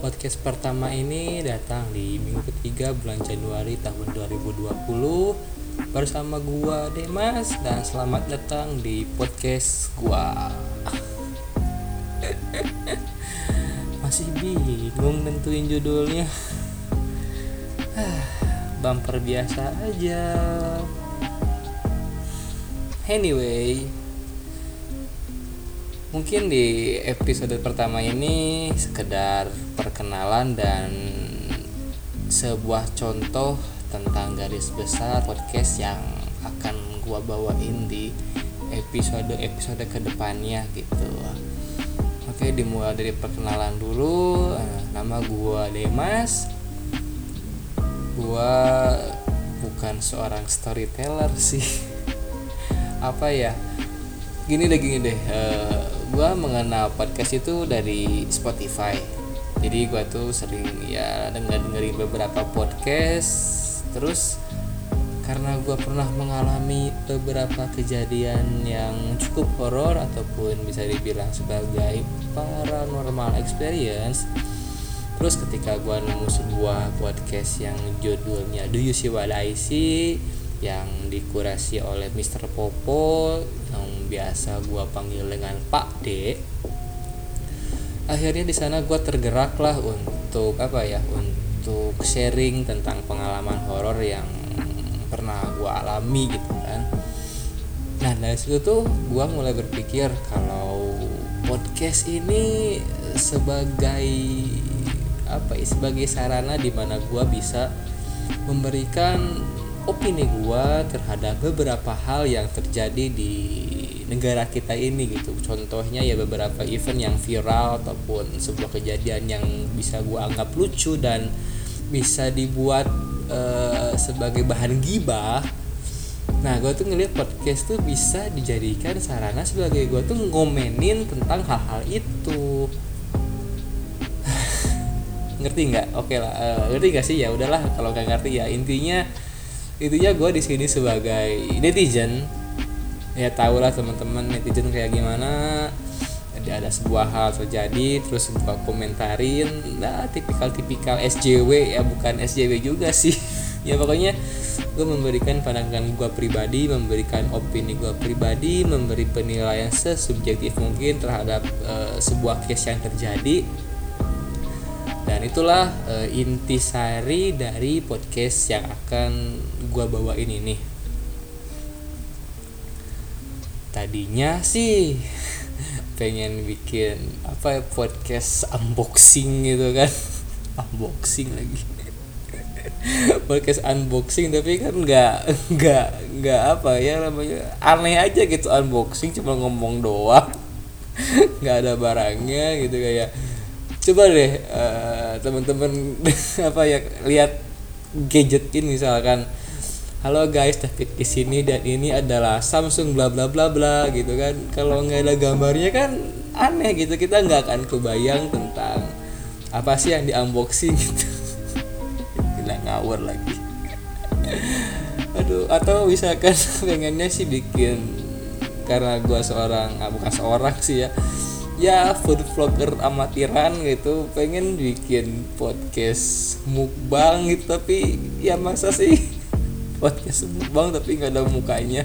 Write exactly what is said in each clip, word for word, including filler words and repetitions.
Podcast pertama ini datang di minggu ketiga bulan Januari tahun dua ribu dua puluh bersama gua Demas, dan selamat datang di podcast gua. Masih bingung nentuin judulnya. Bumper biasa aja. Anyway, mungkin di episode pertama ini sekedar perkenalan dan sebuah contoh tentang garis besar podcast yang akan gua bawain di episode-episode kedepannya gitu. Oke, dimulai dari perkenalan dulu. Nama gua Demas. Gua bukan seorang storyteller sih. Apa ya? Gini deh, gini deh. Uh, gua mengenal podcast itu dari Spotify. Jadi gua tuh sering ya denger-dengerin beberapa podcast. Terus karena gua pernah mengalami beberapa kejadian yang cukup horor ataupun bisa dibilang sebagai paranormal experience. Terus ketika gua nemu sebuah podcast yang judulnya Do You See What I See, yang dikurasi oleh mister Popo yang biasa gua panggil dengan Pak D. Akhirnya di sana gua tergerak lah untuk apa ya, untuk sharing tentang pengalaman horor yang pernah gua alami gitu kan. Nah, dari situ tuh gua mulai berpikir kalau podcast ini sebagai apa ya, sebagai sarana di mana gua bisa memberikan opini gua terhadap beberapa hal yang terjadi di negara kita ini gitu. Contohnya ya beberapa event yang viral ataupun sebuah kejadian yang bisa gua anggap lucu dan bisa dibuat uh, sebagai bahan gibah. Nah, gua tuh ngeliat podcast tuh bisa dijadikan sarana sebagai gua tuh ngomenin tentang hal-hal itu. Ngerti nggak? Oke lah, uh, ngerti nggak sih? Ya udahlah, kalau nggak ngerti ya intinya intinya gue di sini sebagai netizen, ya tau lah teman-teman netizen kayak gimana. Jadi ada sebuah hal terjadi terus gue komentarin, nah tipikal-tipikal S J W, ya bukan S J W juga sih. Ya pokoknya gue memberikan pandangan gue pribadi, memberikan opini gue pribadi, memberi penilaian sesubjektif mungkin terhadap uh, sebuah case yang terjadi. Dan itulah e, intisari dari podcast yang akan gua bawain ini. Tadinya sih pengen bikin apa ya, podcast unboxing gitu kan. Unboxing lagi. Podcast unboxing, tapi kan nggak nggak nggak apa ya namanya, aneh aja gitu. Unboxing cuma ngomong doang, nggak ada barangnya gitu. Kayak coba deh uh, teman-teman apa ya, lihat gadget ini misalkan, halo guys, David di sini dan ini adalah Samsung bla bla bla bla gitu kan. Kalau nggak ada gambarnya kan aneh gitu, kita nggak akan kebayang tentang apa sih yang di unboxing gitu. Gila, ngawur lagi. Aduh, atau misalkan pengennya sih bikin, karena gue seorang ah, bukan seorang sih ya ya food vlogger amatiran gitu, pengen bikin podcast mukbang gitu. Tapi ya masa sih podcast mukbang tapi nggak ada mukanya.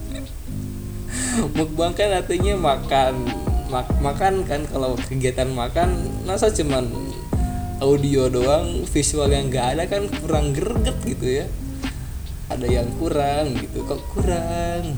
Mukbang kan artinya makan mak- makan kan. Kalau kegiatan makan masa cuman audio doang, visual yang nggak ada kan kurang greget gitu ya. Ada yang kurang gitu, kok kurang.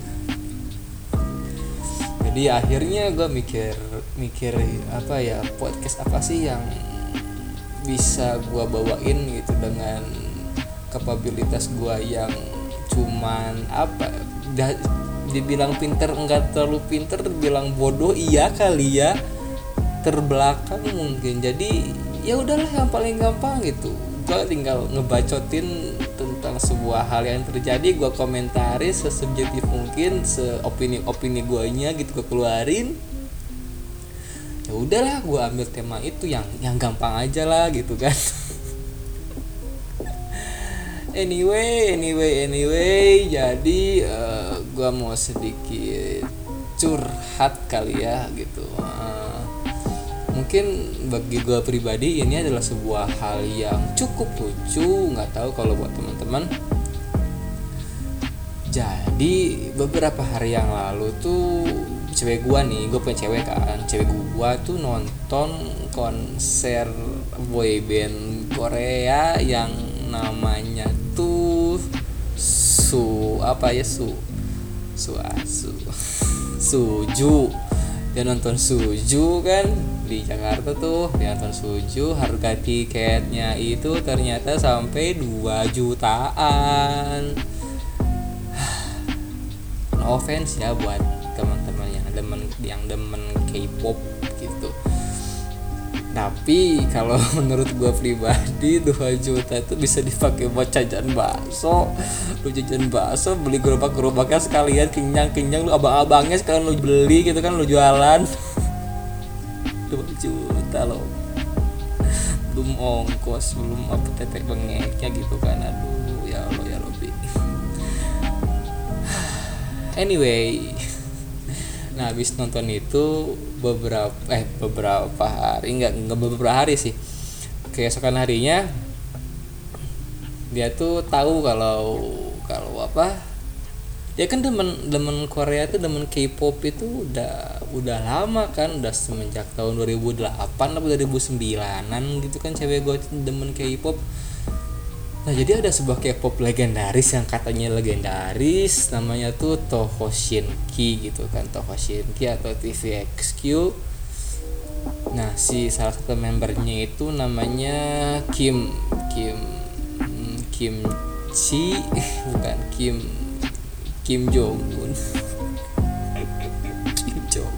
Jadi akhirnya gue mikir mikir apa ya, podcast apa sih yang bisa gue bawain gitu dengan kapabilitas gue yang cuman apa, dah, dibilang pinter enggak terlalu pinter, dibilang bodoh iya kali ya, terbelakang mungkin. Jadi ya udahlah, yang paling gampang gitu, gue tinggal ngebacotin tentang sebuah hal yang terjadi, gue komentari sesubjektif mungkin, seopini-opini gue nya gitu gue keluarin. Ya udahlah, gue ambil tema itu yang yang gampang aja lah gitu kan. anyway anyway anyway jadi uh, gue mau sedikit curhat kali ya gitu. Uh, mungkin bagi gue pribadi ini adalah sebuah hal yang cukup lucu, nggak tahu kalau buat teman-teman. Jadi beberapa hari yang lalu tuh cewek gue nih, gue punya cewek kan, cewek gue tuh nonton konser boyband Korea yang namanya tuh Su apa ya Su Su Su Suju. Dia nonton Suju kan di Jakarta tuh, dia nonton Suju, harga tiketnya itu ternyata sampai dua jutaan. No offense ya buat teman-teman yang demen yang demen K-pop gitu. Tapi kalau menurut gue pribadi dua juta itu bisa dipakai buat jajan bakso. Lu jajan bakso, beli gerobak-gerobaknya sekalian, kenyang-kenyang, lu abang-abangnya sekalian lu beli gitu kan, lu jualan. dua juta loh. Belum ongkos, belum apa tetek bengeknya gitu kan. Aduh, ya Allah ya Robbi. Anyway, nah habis nonton itu beberapa eh beberapa hari enggak enggak beberapa hari sih, keesokan harinya dia tuh tahu kalau kalau apa dia kan demen demen Korea tuh, demen K-pop itu udah udah lama kan, udah semenjak tahun dua ribu delapan atau dua ribu sembilanan gitu kan cewek gue demen K-pop. Nah jadi ada sebuah K-pop legendaris yang katanya legendaris, namanya tuh Toho Shinki gitu kan, Toho Shinki atau T V X Q. Nah si salah satu membernya itu namanya Kim Kim Kim Chi bukan Kim Kim Jong Un. Kim Jong.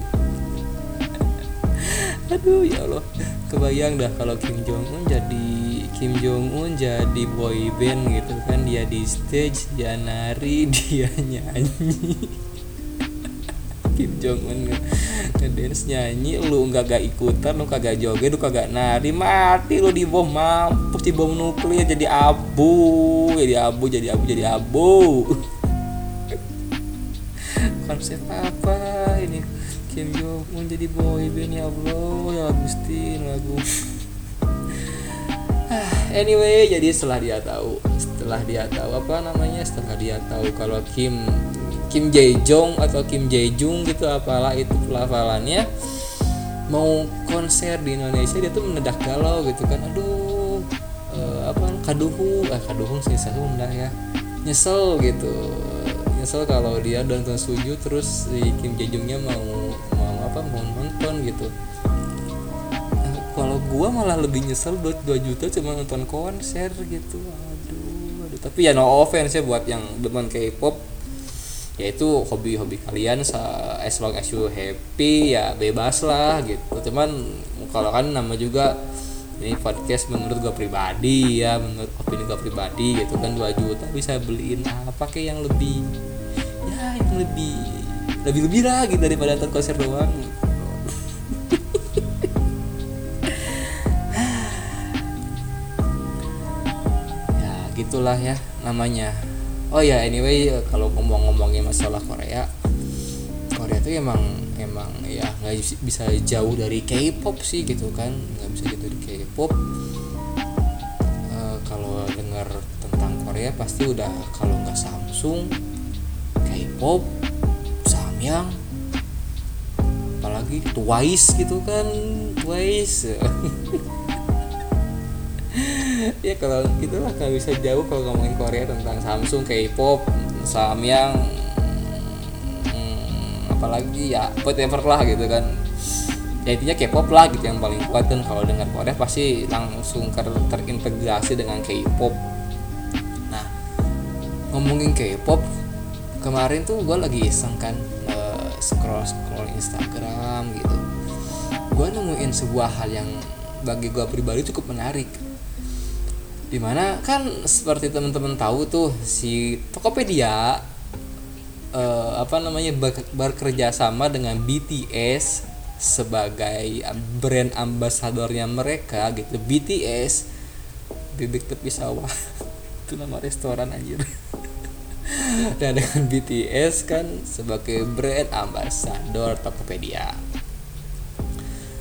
Aduh ya Allah, kebayang dah kalau Kim Jong Un jadi Kim Jong Un jadi boy band gitu kan, dia di stage, dia nari, dia nyanyi. Kim Jong Un ngedance nyanyi, lu nggak gak ikutan, lu kagak joget, lu kagak nari, mati lu di bom, mampus di bom nuklir, jadi abu, jadi abu, jadi abu, jadi abu. Konsep apa ini? Kim Jong Un jadi boy band, ya Allah, ya Gusti, lagu. Anyway, jadi setelah dia tahu, setelah dia tahu apa namanya, setelah dia tahu kalau Kim Kim Jae-jong atau Kim Jae-jung gitu apalah itu pelafalannya mau konser di Indonesia, dia tuh menedak galau gitu kan. Aduh, eh, apa kaduhung, eh kaduhung sih Sunda ya. Nyesel gitu. Nyesel kalau dia udah nonton Suju terus si Kim Jae-jungnya mau mau apa mau nonton gitu. Kalau gua malah lebih nyesel buat dua juta cuma nonton konser gitu. Aduh, aduh. Tapi ya no offense ya buat yang demen K-pop. Ya itu hobi-hobi kalian, as long as you happy ya bebas lah gitu. Cuman kalau kan nama juga ini podcast menurut gua pribadi ya, menurut opini gua pribadi gitu kan, dua juta bisa beliin apa kayak yang lebih ya yang lebih lebih-lebih lagi daripada nonton konser doang. Gitulah ya namanya. Oh ya anyway, kalau ngomong-ngomongin masalah Korea, Korea tuh emang emang ya nggak bisa jauh dari K-pop sih gitu kan, nggak bisa jauh dari K-pop. E, kalau dengar tentang Korea pasti udah kalau nggak Samsung, K-pop, Samyang, apalagi Twice gitu kan, Twice. Ya kalau gitulah, nggak bisa jauh kalau ngomongin Korea tentang Samsung, K-pop, Samyang, hmm, apalagi ya whatever lah gitu kan. Ya intinya K-pop lah gitu yang paling kuat, dan kalau dengar Korea pasti langsung ter- terintegrasi dengan K-pop. Nah ngomongin K-pop, kemarin tuh gue lagi iseng kan uh, scroll scroll Instagram gitu, gue nemuin sebuah hal yang bagi gue pribadi cukup menarik. Dimana kan seperti teman-teman tahu tuh si Tokopedia eh, apa namanya bekerja sama dengan B T S sebagai brand ambasadornya mereka gitu. B T S bibit tepi sawah itu nama restoran anjir. Nah dengan B T S kan sebagai brand ambasador Tokopedia.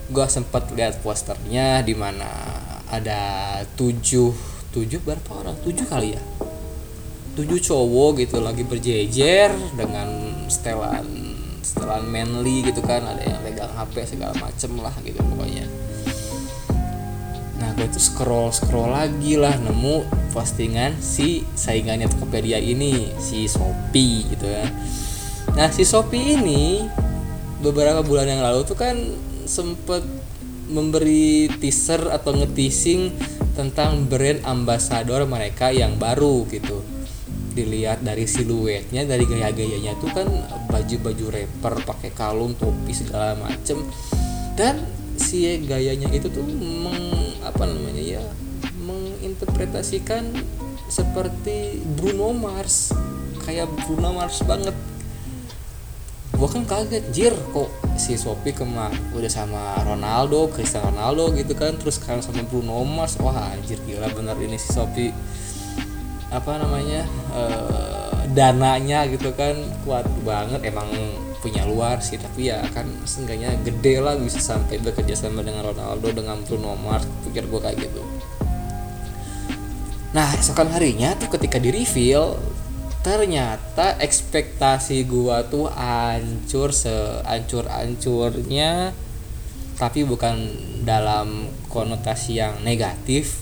gue sempat lihat posternya di mana ada tujuh tujuh berapa orang tujuh kali ya tujuh cowok gitu lagi berjejer dengan setelan setelan manly gitu kan, ada yang pegang H P segala macem lah gitu pokoknya. Nah gue tuh scroll scroll lagi lah nemu postingan si saingannya Tokopedia ini, si Shopee gitu ya. Nah si Shopee ini beberapa bulan yang lalu tuh kan sempet memberi teaser atau nge-teasing tentang brand ambassador mereka yang baru gitu. Dilihat dari siluetnya, dari gaya-gayanya tuh kan baju-baju rapper pakai kalung, topi segala macem, dan si gayanya itu tuh meng, apa namanya ya menginterpretasikan seperti Bruno Mars, kayak Bruno Mars banget. Gua kan kaget, jir kok si Shopee kemar udah sama Ronaldo, Cristiano Ronaldo gitu kan, terus sekarang sama Bruno Mars. Wah anjir gila bener ini si Shopee, apa namanya e, dananya gitu kan kuat banget, emang punya luar sih, tapi ya kan seenggaknya gede lah bisa sampai bekerja sama dengan Ronaldo, dengan Bruno Mars, pikir gue kayak gitu. Nah esokan harinya tuh ketika di reveal, ternyata ekspektasi gua tuh hancur sehancur-hancurnya, tapi bukan dalam konotasi yang negatif.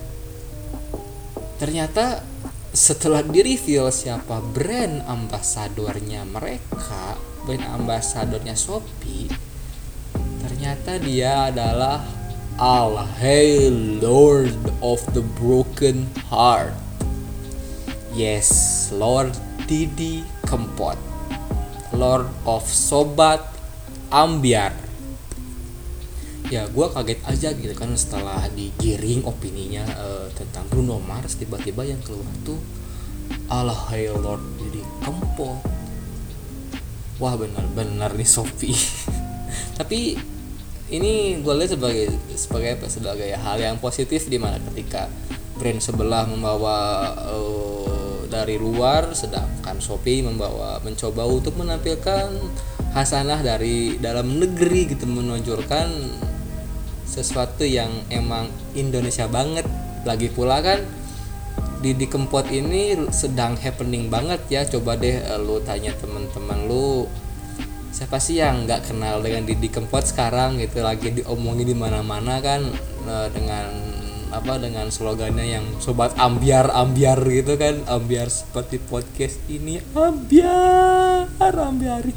Ternyata setelah di reveal siapa brand ambasadornya mereka, brand ambasadornya Shopee, ternyata dia adalah Allah, hey Lord of the Broken Heart. Yes, Lord Didi Kempot, Lord of Sobat Ambyar. Ya gue kaget aja gitu kan setelah digiring opininya uh, tentang Bruno Mars, tiba-tiba yang keluar tuh Alahai Lord Didi Kempot. Wah benar-benar nih Shopee. Tapi ini gue lihat sebagai sebagai apa sebagai hal yang positif, di mana ketika brand sebelah membawa uh, dari luar, sedangkan Shopee membawa mencoba untuk menampilkan hasanah dari dalam negeri gitu, menonjolkan sesuatu yang emang Indonesia banget. Lagi pula kan Didi Kempot ini sedang happening banget ya. Coba deh lu tanya teman-teman lu, siapa sih yang nggak kenal dengan Didi Kempot sekarang gitu, lagi diomongin di mana-mana kan, dengan apa dengan slogannya yang sobat ambiar ambiar gitu kan, ambiar seperti podcast ini, ambiar ambiari.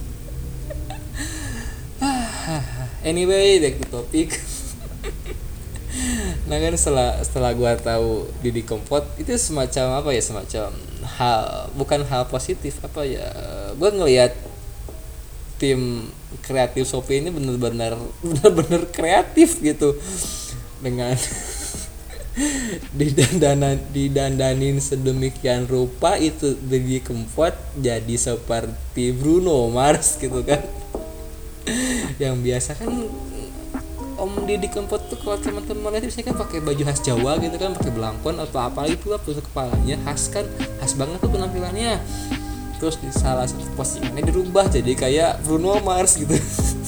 Anyway, back to topic. Nah kan setelah setelah gua tahu Didi Kempot itu semacam apa ya, semacam hal, bukan hal positif apa ya, gua ngelihat tim kreatif Shopee ini benar-benar benar-benar kreatif gitu, dengan didandanan didandanin sedemikian rupa itu Didi Kempot jadi seperti Bruno Mars gitu kan. Yang biasa kan Om Didi Kempot tuh kalau teman-teman lihat biasanya kan pakai baju khas Jawa gitu kan, pakai belangkon atau apa itu lah tusuk kepalanya, khas kan, khas banget tuh penampilannya. Terus di salah satu postingannya dirubah jadi kayak Bruno Mars gitu.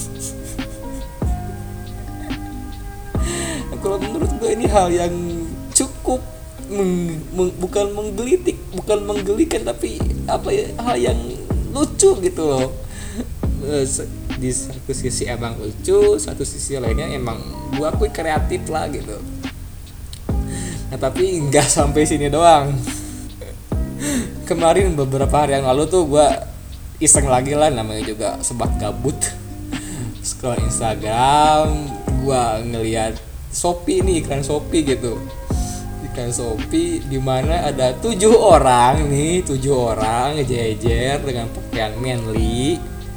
Kalau menurut gue ini hal yang cukup meng, meng, bukan menggelitik, bukan menggelikan, tapi apa ya, hal yang lucu gitu loh. Di satu sisi emang lucu, satu sisi lainnya emang gue akui kreatif lah gitu. Nah tapi nggak sampai sini doang. Kemarin beberapa hari yang lalu tuh gue iseng lagi lah, namanya juga sebat gabut, scroll Instagram, gue ngelihat Shopee nih, iklan Shopee gitu, iklan Shopee di mana ada tujuh orang nih, tujuh orang ngejejer dengan pakaian manly,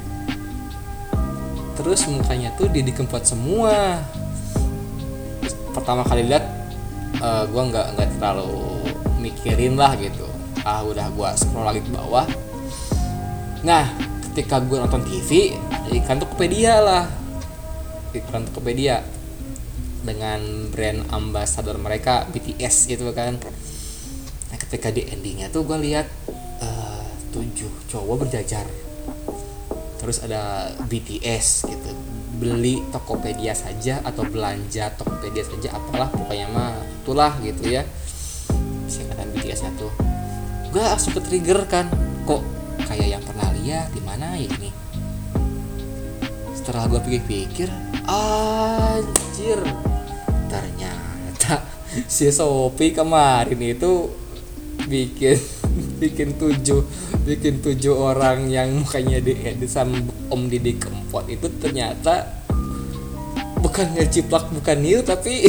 terus mukanya tuh Didi Kempot semua. Pertama kali lihat, uh, gue nggak nggak terlalu mikirin lah gitu, ah udah gue scroll lagi ke bawah. Nah ketika gue nonton T V, iklan Tokopedia lah, iklan Tokopedia dengan brand ambassador mereka B T S gitu kan. Nah ketika di endingnya tuh gue lihat uh, tujuh cowok berjajar, terus ada B T S gitu, beli Tokopedia saja atau belanja Tokopedia saja, apalah pokoknya mah itulah gitu ya singkatan B T S nya tuh. Gue langsung ke trigger kan, kok kayak yang pernah lihat di mana ya ini. Setelah gue pikir-pikir, anjir, ternyata si Shopee kemarin itu bikin bikin tujuh bikin tujuh orang yang mukanya di edit sama Om Didi Kempot itu ternyata bukan ngejiplak, bukan niru, tapi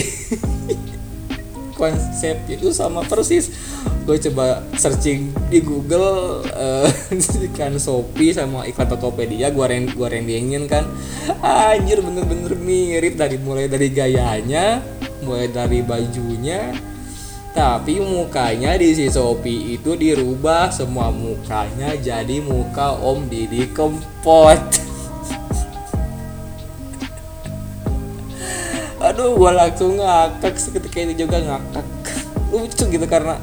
konsep itu sama persis. Gue coba searching di Google uh, iklan Shopee sama iklan Tokopedia, gue ren gue rendengin kan, anjir bener-bener mirip, dari mulai dari gayanya, mulai dari bajunya, tapi mukanya di si Shopee itu dirubah semua, mukanya jadi muka Om Didi Kempot. Aduh, gue langsung ngakak, seketika itu juga ngakak, lucu gitu karena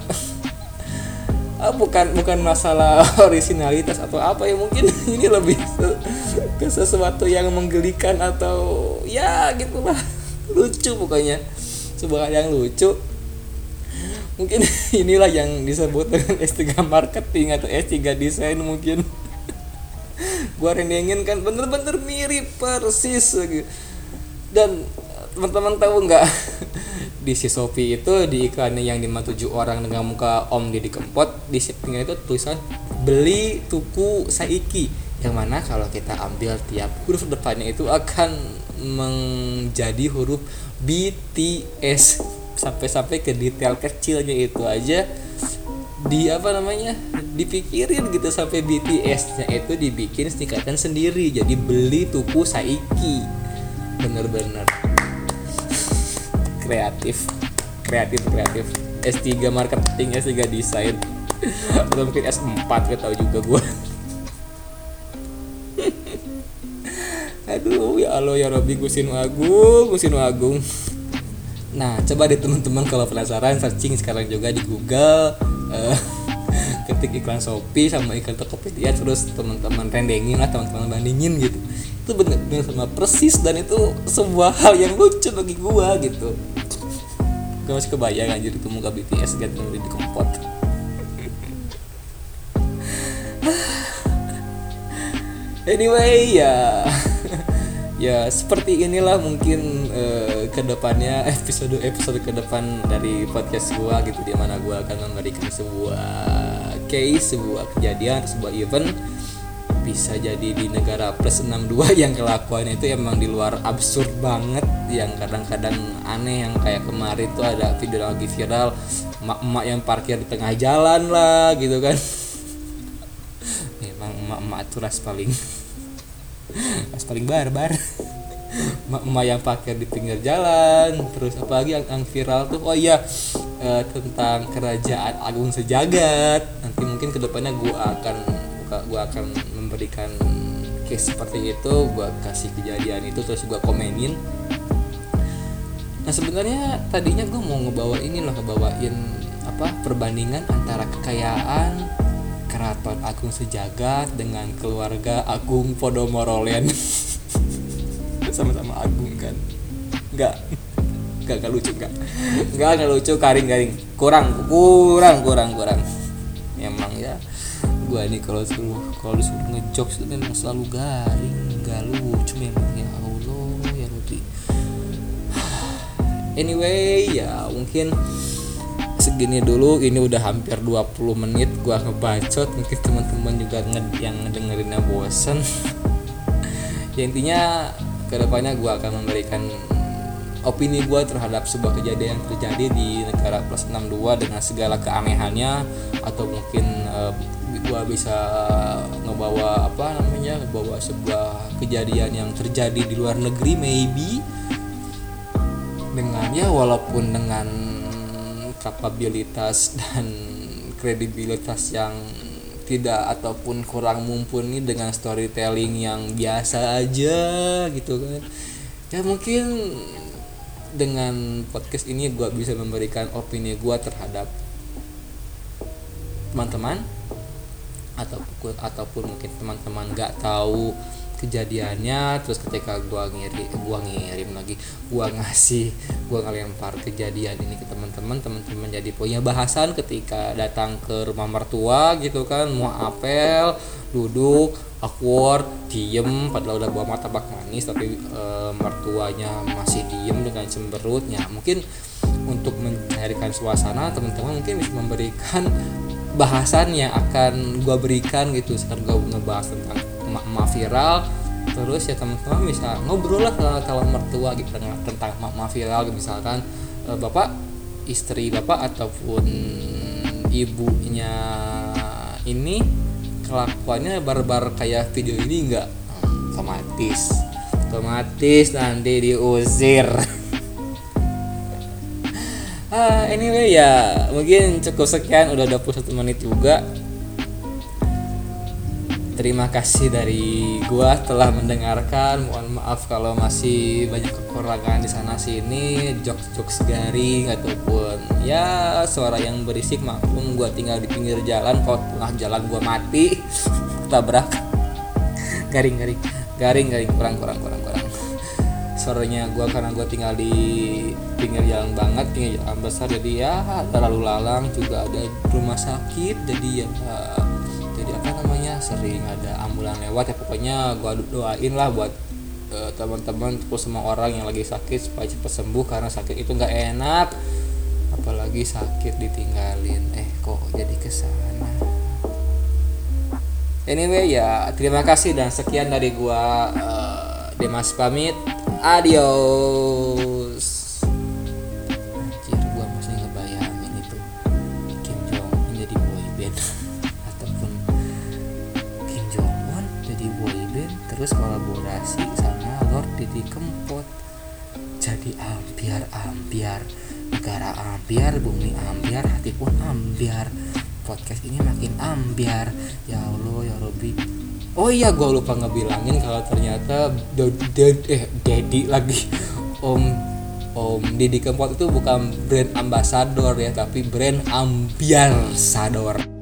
bukan bukan masalah originalitas atau apa ya, mungkin ini lebih ke sesuatu yang menggelikan atau ya gitulah, lucu pokoknya, sebuah hal yang lucu. Mungkin inilah yang disebut dengan S tiga marketing atau S tiga desain mungkin. Gua rendengin kan bener-bener mirip persis gitu. Dan teman-teman tahu nggak, di si Shopee itu di iklannya yang lima puluh tujuh orang dengan muka Om Didi Kempot, di settingnya itu tulisan beli tuku saiki, yang mana kalau kita ambil tiap huruf depannya itu akan menjadi huruf B T S, sampai-sampai ke detail kecilnya itu aja di apa namanya dipikirin gitu, sampai B T S-nya itu dibikin singkatan sendiri, jadi beli tuku saiki. Bener-bener kreatif kreatif kreatif S tiga marketing, S tiga desain, atau mungkin S empat, gak tau juga gue. Aduh ya Allah ya Rabbi, Gusti Nu Agung, Gusti Nu Agung. Nah, coba deh teman-teman kalau penasaran searching sekarang juga di Google, uh, ketik iklan Shopee sama iklan Tokopedia, terus teman-teman rendengin lah, teman-teman bandingin gitu. Itu benar-benar sama persis, dan itu sebuah hal yang lucu bagi gua gitu. Gua masih kebayang anjir itu muka B T S ganti di Kempot. Anyway ya, ya seperti inilah mungkin uh, kedepannya episode episode kedepan dari podcast gua gitu, di mana gua akan memberikan sebuah case, sebuah kejadian, sebuah event. Bisa jadi di negara plus enam puluh dua yang kelakuannya itu emang di luar absurd banget, yang kadang-kadang aneh, yang kayak kemarin tuh ada video lagi viral emak-emak yang parkir di tengah jalan lah gitu kan. Emang emak-emak itu ras paling ras paling barbar. Emak-emak yang parkir di pinggir jalan. Terus apalagi yang, yang viral tuh, oh iya eh, tentang Kerajaan Agung Sejagat. Nanti mungkin kedepannya gue akan gue akan memberikan case seperti itu, gue kasih kejadian itu terus gue komenin. Nah sebenarnya tadinya gue mau ngebawa ini loh, ngebawain apa perbandingan antara kekayaan Keraton Agung Sejagat dengan keluarga Agung Podomorolen. Sama-sama Agung kan, nggak nggak nggak lucu nggak nggak nggak lucu, garing-garing, kurang kurang kurang kurang emang ya. Gua nih kalau suruh kalau disuruh ngejokes itu memang selalu garing, nggak lucu memang, ya Allah ya Rabbi. Anyway ya mungkin segini dulu, ini udah hampir dua puluh menit gua ngebacot, mungkin teman-teman juga nge- yang ngedengerinnya bosan. Ya intinya kedepannya gua akan memberikan opini gua terhadap sebuah kejadian yang terjadi di negara plus enam puluh dua dengan segala keanehannya, atau mungkin uh, gua bisa ngebawa apa namanya ngebawa sebuah kejadian yang terjadi di luar negeri maybe, dengan ya walaupun dengan kapabilitas dan kredibilitas yang tidak ataupun kurang mumpuni, dengan storytelling yang biasa aja gitu kan. Ya mungkin dengan podcast ini gue bisa memberikan opini gue terhadap teman-teman, ataupun ataupun mungkin teman-teman nggak tahu kejadiannya. Terus ketika gua ngirim gua ngirim lagi gua ngasih gua ngelempar kejadian ini ke teman-teman teman-teman jadi punya bahasan ketika datang ke rumah mertua gitu kan, mau apel duduk awkward diem padahal udah bawa martabak manis tapi e, mertuanya masih diem dengan cemberutnya. Mungkin untuk mencairkan suasana teman-teman mungkin bisa memberikan bahasan yang akan gua berikan gitu saat gua ngebahas tentang emak-emak viral. Terus ya teman-teman bisa ngobrol lah kalau mertua gitu tentang emak-emak viral, misalkan e, bapak istri bapak ataupun ibunya ini kelakuannya barbar kayak video ini enggak, hmm, otomatis otomatis nanti diusir. ah, anyway ya mungkin cukup sekian, udah dua puluh satu menit juga. Terima kasih dari gua telah mendengarkan. Mohon maaf kalau masih banyak kekurangan di sana sini, jokes-jokes garing ataupun ya suara yang berisik. Maklum gua tinggal di pinggir jalan, kalau tengah jalan gua mati tabrak. Garing-garing, garing-garing kurang kurang kurang kurang. Suaranya gua karena gua tinggal di pinggir jalan banget, pinggir jalan besar, jadi ya ada lalu lalang, juga ada rumah sakit, jadi ya jadi apa namanya sering ada ambulan lewat ya. Pokoknya gua doain lah buat uh, teman-teman terus semua orang yang lagi sakit supaya cepat sembuh, karena sakit itu nggak enak, apalagi sakit ditinggalin. Eh kok jadi kesana. Anyway ya terima kasih dan sekian dari gua, uh, Demas pamit, adios. Anjir gua masih ngebayangin itu Kim Jong Un jadi boyband ataupun Kim Jong Un jadi boyband terus kolaborasi sama Lord Didi Kempot jadi ambiar-ambiar, negara ambiar, bumi ambiar, hati pun ambiar, podcast ini makin ambiar. Ya Allah ya Robbi. Oh iya gue lupa ngebilangin kalau ternyata do, do, eh Dedi lagi Om Om Didi Kempot itu bukan brand ambassador ya, tapi brand ambiar sador.